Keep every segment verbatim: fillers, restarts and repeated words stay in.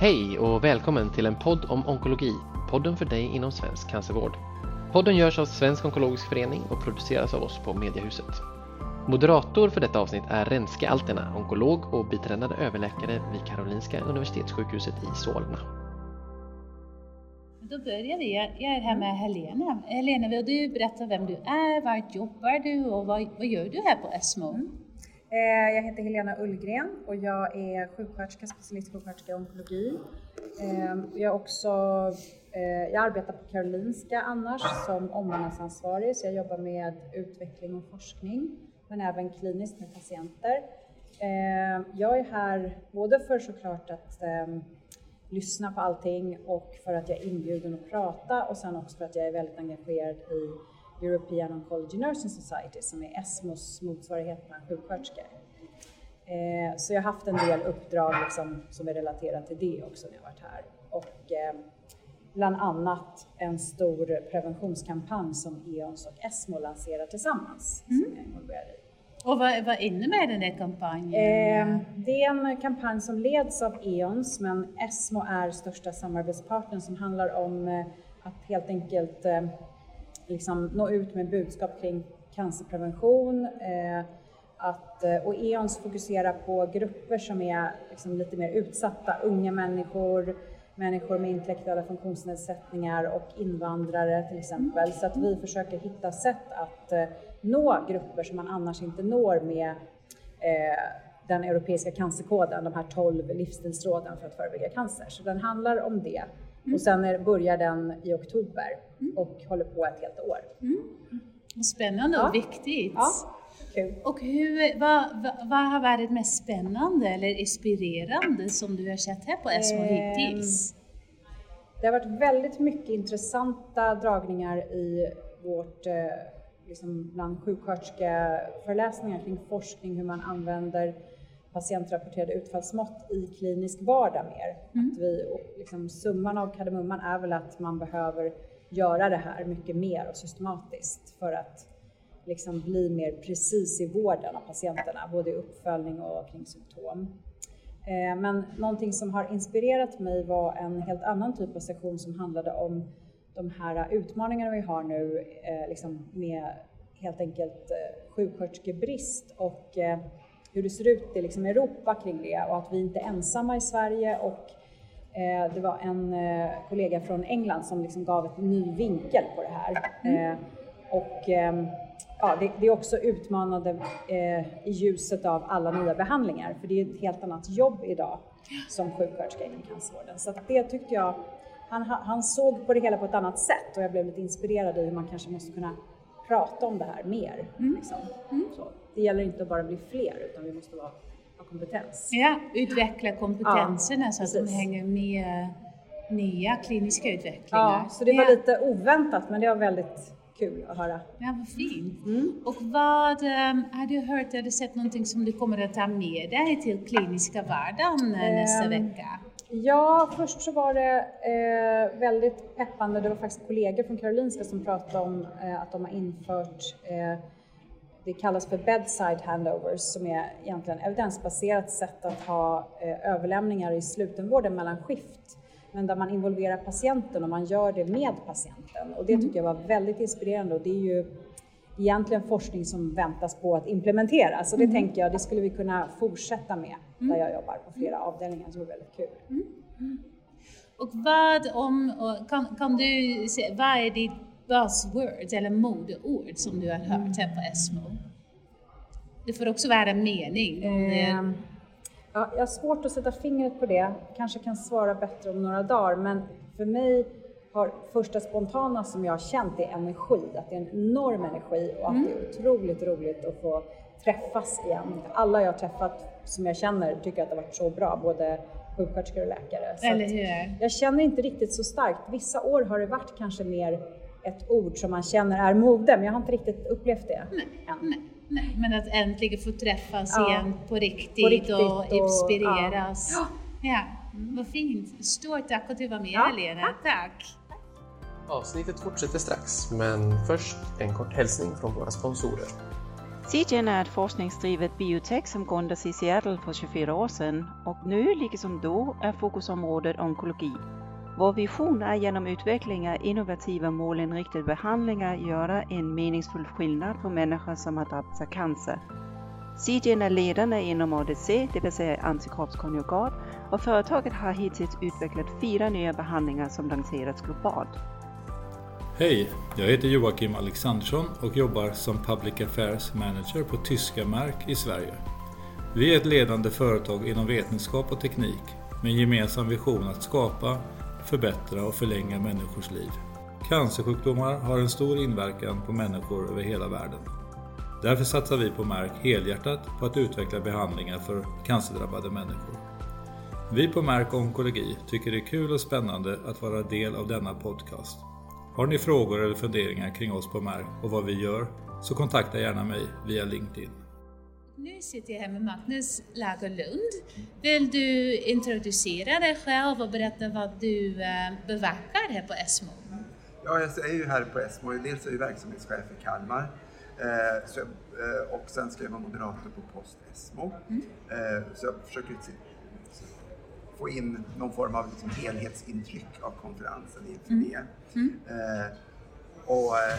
Hej och välkommen till en podd om onkologi, podden för dig inom svensk cancervård. Podden görs av Svensk onkologisk förening och produceras av oss på Mediehuset. Moderator för detta avsnitt är Renske Altena, onkolog och biträdande överläkare vid Karolinska Universitetssjukhuset i Solna. Då börjar vi. Jag är här med Helena. Helena, vill du berätta vem du är, var jobbar du och vad, vad gör du här på ESMO? Mm. Jag heter Helena Ullgren och jag är sjuksköterska, specialistsjuksköterska i onkologi. Jag, är också, jag arbetar på Karolinska annars som omvårdnadsansvarig, så jag jobbar med utveckling och forskning men även kliniskt med patienter. Jag är här både för såklart att lyssna på allting och för att jag är inbjuden att prata, och sen också för att jag är väldigt engagerad i European Oncology Nursing Society som är ESMOs motsvarighet bland sjuksköterskor. Eh, så jag har haft en del uppdrag liksom, som är relaterat till det också när jag varit här. Och eh, bland annat en stor preventionskampanj som E O N S och ESMO lanserar tillsammans mm. som jag är involverad i. Och vad, vad innebär den där kampanjen? Eh, det är en kampanj som leds av E O N S, men ESMO är största samarbetspartnern som handlar om eh, att helt enkelt eh, liksom nå ut med budskap kring cancerprevention. Eh, att, och E O N S fokuserar på grupper som är liksom lite mer utsatta. Unga människor, människor med intellektuella funktionsnedsättningar och invandrare till exempel. Så att vi försöker hitta sätt att eh, nå grupper som man annars inte når med eh, den europeiska cancerkoden, de här tolv livsstilsråden för att förebygga cancer. Så den handlar om det. Mm. Och sen är, börjar den i oktober mm. och håller på ett helt år. Mm. Spännande och ja. viktigt. Ja, kul. Och hur, vad, vad, vad har varit mest spännande eller inspirerande som du har sett här på ESMO eh, hittills? Det har varit väldigt mycket intressanta dragningar i vårt eh, liksom bland sjuksköterskeföreläsningar kring forskning, hur man använder patientrapporterade utfallsmått i klinisk vardag mer. Mm. Att vi, liksom, summan av kardemumman är väl att man behöver göra det här mycket mer och systematiskt för att liksom, bli mer precis i vården av patienterna, både i uppföljning och kring symptom. Eh, men någonting som har inspirerat mig var en helt annan typ av session som handlade om de här utmaningarna vi har nu eh, liksom med helt enkelt eh, sjuksköterskebrist och eh, hur det ser ut i liksom Europa kring det, och att vi inte är ensamma i Sverige. Och eh, det var en eh, kollega från England som liksom gav ett ny vinkel på det här. Mm. Eh, och eh, ja, det, det är också utmanande eh, i ljuset av alla nya behandlingar, för det är ett helt annat jobb idag som sjuksköterska inom cancervården. Så att det tyckte jag, han, han såg på det hela på ett annat sätt, och jag blev lite inspirerad i hur man kanske måste kunna prata om det här mer. Mm. Liksom. Mm. Så. Det gäller inte att bara bli fler, utan vi måste vara, ha kompetens. Ja, utveckla kompetenserna ja, så att precis. De hänger med nya kliniska utvecklingar. Ja, så det var ja. lite oväntat, men det var väldigt kul att höra. Ja, vad fint. Mm. Och vad, um, har du hört, har du sett någonting som du kommer att ta med dig till kliniska vardagen um, nästa vecka? Ja, först så var det eh, väldigt peppande. Det var faktiskt kollegor från Karolinska som pratade om eh, att de har infört, eh, det kallas för bedside handovers, som är egentligen evidensbaserat sätt att ha eh, överlämningar i slutenvården mellan skift. Men där man involverar patienten och man gör det med patienten. Och det tycker jag var väldigt inspirerande, och det är ju egentligen forskning som väntas på att implementeras. Så det mm. tänker jag, det skulle vi kunna fortsätta med där mm. jag jobbar på flera avdelningar, så det är väldigt kul. Mm. Mm. Och vad om, kan, kan du se, vad är ditt buzzword eller modeord som du har hört här på ESMO? Det får också vara en mening. Eh, ja, jag har svårt att sätta fingret på det, kanske kan svara bättre om några dagar, men för mig har första spontana som jag har känt är energi, att det är en enorm energi och att mm. det är otroligt roligt att få träffas igen. Alla jag har träffat som jag känner tycker att det har varit så bra, både sjuksköterskor och läkare. Så eller hur? Jag känner inte riktigt så starkt. Vissa år har det varit kanske mer ett ord som man känner är mode, men jag har inte riktigt upplevt det nej, än. Nej, nej, men att äntligen få träffas ja, igen på riktigt, på riktigt och, och inspireras. Ja. Ja, vad fint. Stort tack att du var med, ja, Helena. Tack. Avsnittet fortsätter strax, men först en kort hälsning från våra sponsorer. Seagen är ett forskningsdrivet biotech som grundades i Seattle för tjugofyra år sedan och nu, liksom då, är fokusområdet onkologi. Vår vision är genom utveckling av innovativa målinriktade behandlingar göra en meningsfull skillnad för människor som har drabbats av cancer. Seagen är ledande inom A D C, det vill säga antikroppskonjugat, och företaget har hittills utvecklat fyra nya behandlingar som lanserats globalt. Hej, jag heter Joakim Alexandersson och jobbar som Public Affairs Manager på Tyska Merck i Sverige. Vi är ett ledande företag inom vetenskap och teknik med en gemensam vision att skapa, förbättra och förlänga människors liv. Cancersjukdomar har en stor inverkan på människor över hela världen. Därför satsar vi på Merck helhjärtat på att utveckla behandlingar för cancerdrabbade människor. Vi på Merck Onkologi tycker det är kul och spännande att vara del av denna podcast. Har ni frågor eller funderingar kring oss på Merck och vad vi gör, så kontakta gärna mig via LinkedIn. Nu sitter jag här med Magnus Lagerlund. Vill du introducera dig själv och berätta vad du bevakar här på ESMO? Ja, jag är ju här på ESMO. Dels är jag verksamhetschef i Kalmar. Eh, så, eh, och sen ska jag vara moderator på Post ESMO. Mm. Eh, så jag försöker få in någon form av liksom helhetsintryck av konferensen inför mm. det. Mm. Eh, och eh,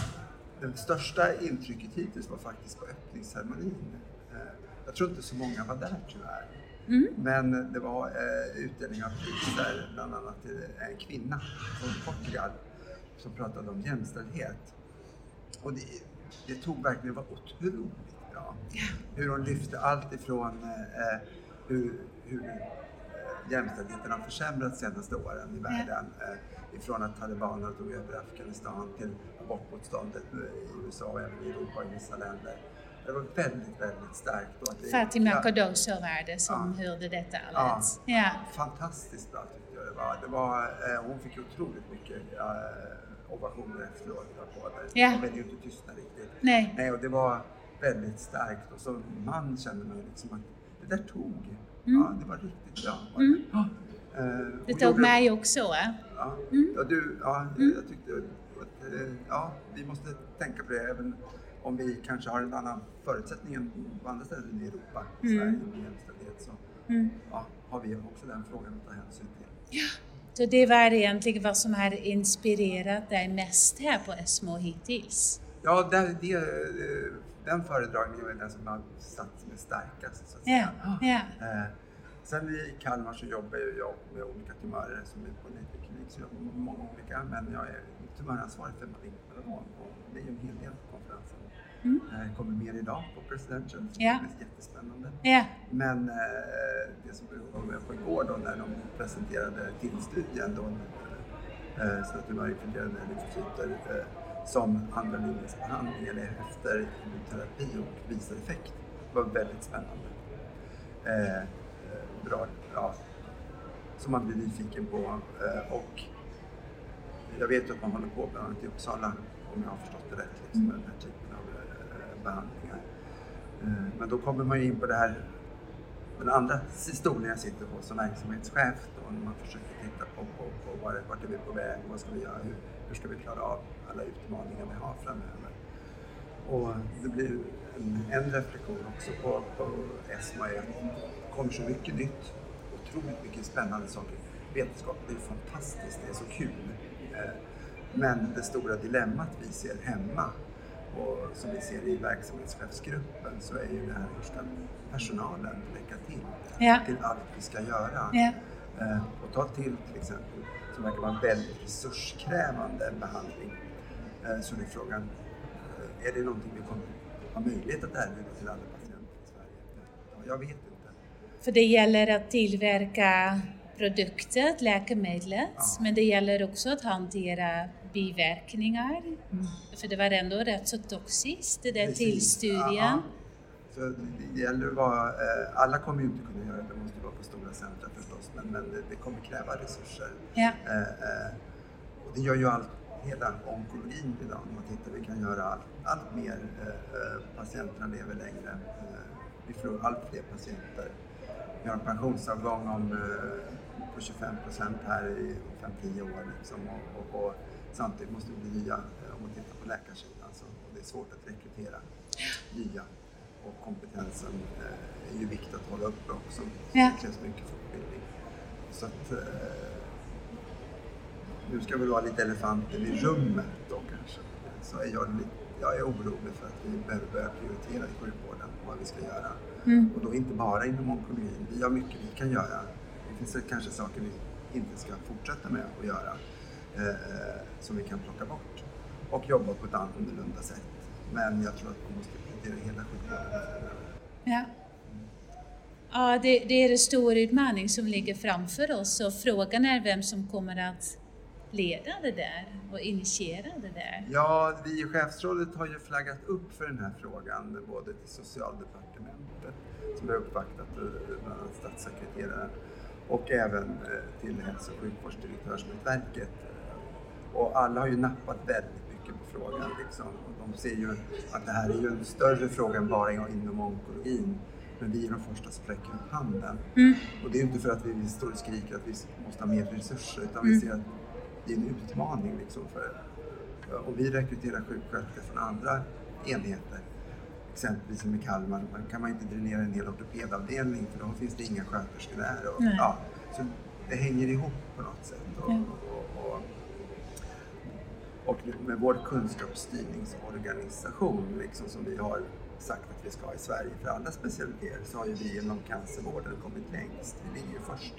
det största intrycket hittills var faktiskt på öppningsceremonin. Eh, jag tror inte så många var där tyvärr. Mm. Men det var eh, utdelning av priser, bland annat till en kvinna från Portugal som pratade om jämställdhet. Och det, det tog verkligen, det var otroligt bra. Hur hon lyfte allt ifrån eh, hur, hur eh, jämställdheten har försämrats senaste åren i världen. Eh, ifrån att talibanerna tog över Afghanistan till abortmotståndet i U S A och även i Europa och i vissa länder. Det var väldigt, väldigt starkt. Och att det, Fatima Cardoso var det som ja. hörde detta alldeles. Ja. Ja. Fantastiskt bra tyckte jag det var. Det var eh, hon fick otroligt mycket eh, ovationer efteråt på det. Ja. Hon ville ju inte tystna riktigt. Nej. Nej, och det var väldigt starkt. Och som man kände man liksom att det där tog. Mm. Ja, det var riktigt bra. Mm. Ja. Eh, det tog gjorde... mig också, va? Ja, mm. ja, du, ja mm. jag tyckte att eh, ja, vi måste tänka på det även om vi kanske har en annan förutsättning än på andra ställen i Europa, i mm. Sverige med jämställdhet, så mm. ja, har vi också den frågan att ta hänsyn till. Ja, så det var egentligen vad som har inspirerat dig mest här på ESMO hittills? Ja, det, det, den föredragningen är den som har satt mig starkast, så att säga. Ja, ja. Eh, sen i Kalmar så jobbar jag med olika tumörer som är på Nitviklinik, så jag jobbar med många olika, men jag är tumöransvarig för malignt melanom och det är ju en hel del på konferensen. Mm. Det kommer mer idag på Presidential, så ja. det är jättespännande. Ja. Men eh, det som var med på igår då när de presenterade tillstudien då eh, så att tumörinfiltrerade lymfocyter eh, som andra linjens behandling eller efter immunterapi och visar effekt var väldigt spännande. Eh, bra, ja, som man blir nyfiken på eh, och jag vet att man håller på bland annat i Uppsala, om jag har förstått det rätt, liksom, med den här typen av eh, behandlingar. Eh, men då kommer man ju in på det här, den andra stolen jag sitter på som verksamhetschef då, när man försöker titta på, på, på var, vart är vi på väg, vad ska vi göra, hur, hur ska vi klara av alla utmaningar vi har framöver. Och det blir en, en reflektion också på, på ESMO är att det kommer så mycket nytt, otroligt mycket spännande saker. Vetenskap är fantastiskt, det är så kul. Men det stora dilemmat vi ser hemma och som vi ser i verksamhetschefsgruppen så är ju det här hur ska personalen räcka till ja. till allt vi ska göra. Ja. Och ta till till exempel som verkar vara en väldigt resurskrävande behandling. Så är frågan, är det någonting vi kommer ha möjlighet att erbjuda till alla patienter i Sverige? Jag vet inte. För det gäller att tillverka produktet, läkemedlet, ja. Men det gäller också att hantera biverkningar. Mm. För det var ändå rätt så toxiskt, det där till studien. Ja. Så det gäller att vara, alla kommer ju inte kunna göra det, det måste vara på stora centra förstås, men, men det, det kommer kräva resurser. Ja. Eh, eh, och det gör ju allt, hela onkologin idag, om man tittar, vi kan göra allt, allt mer, eh, patienterna lever längre, eh, vi får allt fler patienter. Vi har en pensionsavgång om på tjugofem procent här i fem till tio år. Liksom, och, och, och samtidigt måste det bli nya, om man tittar på läkarsidan, så och det är svårt att rekrytera nya. Och kompetensen eh, är ju viktigt att hålla uppe också. Så Ja. det krävs mycket fortbildning. Så att, eh, nu ska vi vara lite elefanten i rummet då kanske. Så är jag, lite, jag är orolig för att vi behöver börja prioritera i sjukvården vad vi ska göra. Mm. Och då inte bara inom onkologin. Vi har mycket vi kan göra. Det finns kanske saker vi inte ska fortsätta med att göra. Eh, som vi kan plocka bort. Och jobba på ett annorlunda sätt. Men jag tror att vi måste prioritera hela sjukvården. Ja. Ja, det, det är en stor utmaning som ligger framför oss och frågan är vem som kommer att leda det där och initiera det där. Ja, vi i chefsrådet har ju flaggat upp för den här frågan både till Socialdepartementet som har uppvaktat bland annat statssekreteraren och även till Hälso- och sjukvårdsdirektörsnätverket. Och alla har ju nappat väldigt mycket på frågan liksom. Och de ser ju att det här är ju en större fråga än bara inom onkologin. Men vi är de första som räcker upp handen. Mm. Och det är ju inte för att vi står och skriker att vi måste ha mer resurser utan mm. vi ser att det är en utmaning liksom för, och vi rekryterar sjuksköterskor från andra enheter. Exempelvis som i Kalmar, man kan man inte dränera en hel ortopedavdelning för då finns det inga sköterskor där. Och, ja, så det hänger ihop på något sätt. Och, mm. och, och, och med vår kunskapsstyrningsorganisation liksom, som vi har sagt att vi ska i Sverige för alla specialiteter så har ju vi inom cancervården kommit längst. Vi ligger ju först.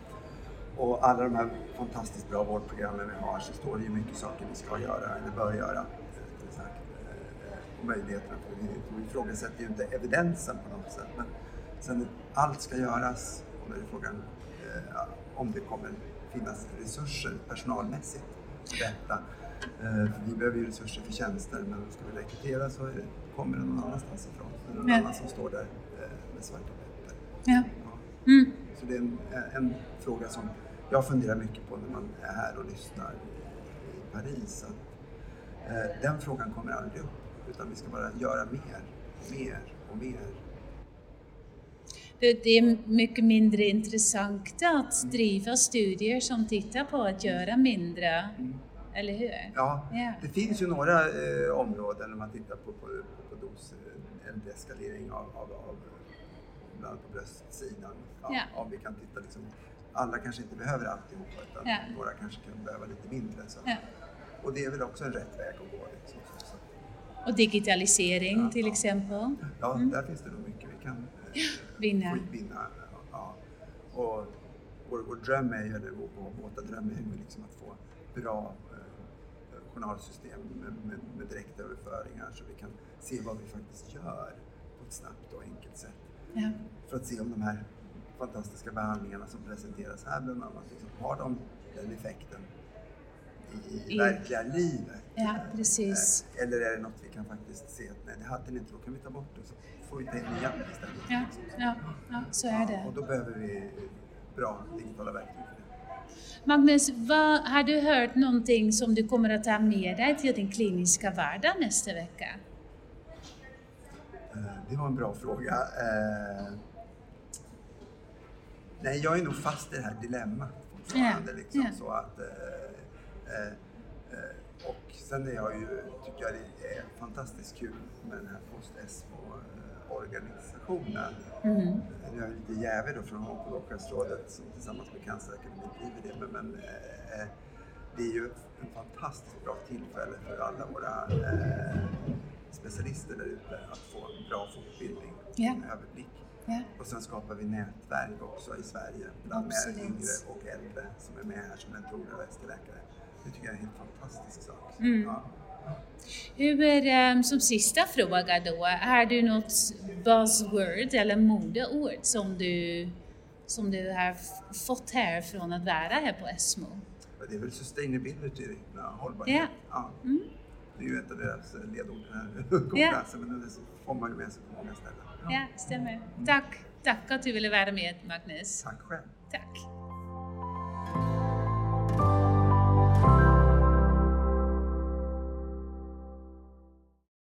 Och alla de här fantastiskt bra vårdprogrammen vi har så står det ju mycket saker vi ska göra eller bör göra. Sagt. Och möjligheterna för det. Vi ifrågasätter ju inte evidensen på något sätt. Men sen allt ska göras och då är frågan eh, om det kommer finnas resurser personalmässigt för detta. Eh, för vi behöver ju resurser för tjänster men ska vi rekrytera så är det, kommer det någon annanstans ifrån. Det är någon ja. annan som står där eh, med svarta böter. Ja. Ja. Mm. Så det är en, en fråga som jag funderar mycket på när man är här och lyssnar i Paris. Att, eh, den frågan kommer aldrig upp, utan vi ska bara göra mer, mer och mer. Det, det är mycket mindre intressant att mm. driva studier som tittar på att göra mindre, mm. eller hur? Ja, yeah. Det finns ju några eh, områden när man tittar på, på, på, på dos, en eskalering av, av, av bland annat på bröstsidan. Ja, yeah. Om vi kan titta liksom, alla kanske inte behöver alltihopa utan yeah. några kanske kan behöva lite mindre. Så. Yeah. Och det är väl också en rätt väg att gå. Liksom, så, så. Och digitalisering ja, till ja. exempel? Ja, mm. där finns det nog mycket vi kan eh, vinna. vinna ja. Och vår, vår dröm är ju, eller vår, vår våta dröm är ju liksom att få bra eh, journalsystem med, med, med direktöverföringar så vi kan se vad vi faktiskt gör på ett snabbt och enkelt sätt. Ja. För att se om de här fantastiska behandlingarna som presenteras här bland annat, liksom, har de den effekten i, i verkliga livet? Ja, precis. Eller är det något vi kan faktiskt se att nej, det hade ni inte, då kan vi ta bort det så får vi ta in nya istället. Ja, ja, ja, så är det. Ja, och då behöver vi bra digitala verktyg för det. Magnus, vad, har du hört någonting som du kommer att ta med dig till den kliniska vardagen nästa vecka? Det var en bra fråga. Eh, nej, jag är nog fast i det här dilemmat fortfarande. Yeah. Liksom, yeah. Så att, eh, eh, och sen är jag ju, tycker jag det är fantastiskt kul med den här post-ESMO-organisationen. Mm. Nu är jag lite jävig då från Onkologchefsrådet som tillsammans med Cancerakademin driver det. Men, men eh, det är ju en fantastiskt bra tillfälle för alla våra eh, specialister där ute att få en bra fortbildning, yeah. en överblick. Yeah. Och sen skapar vi nätverk också i Sverige bland med yngre och äldre som är med här som mentorer och hästläkare. Det tycker jag är en helt fantastisk sak. Mm. Ja. Hur, som sista fråga då, har du något buzzword eller modeord som du, som du har fått här från att vara här på ESMO? Det är väl sustainability, ja, hållbarhet. Yeah. Ja. Mm. Det är ju ett av deras ledord i den här konferensen, yeah. men det får man ju med sig på många ställen. Ja, ja stämmer. Mm. Tack. Tack att du ville vara med, Magnus. Tack själv. Tack.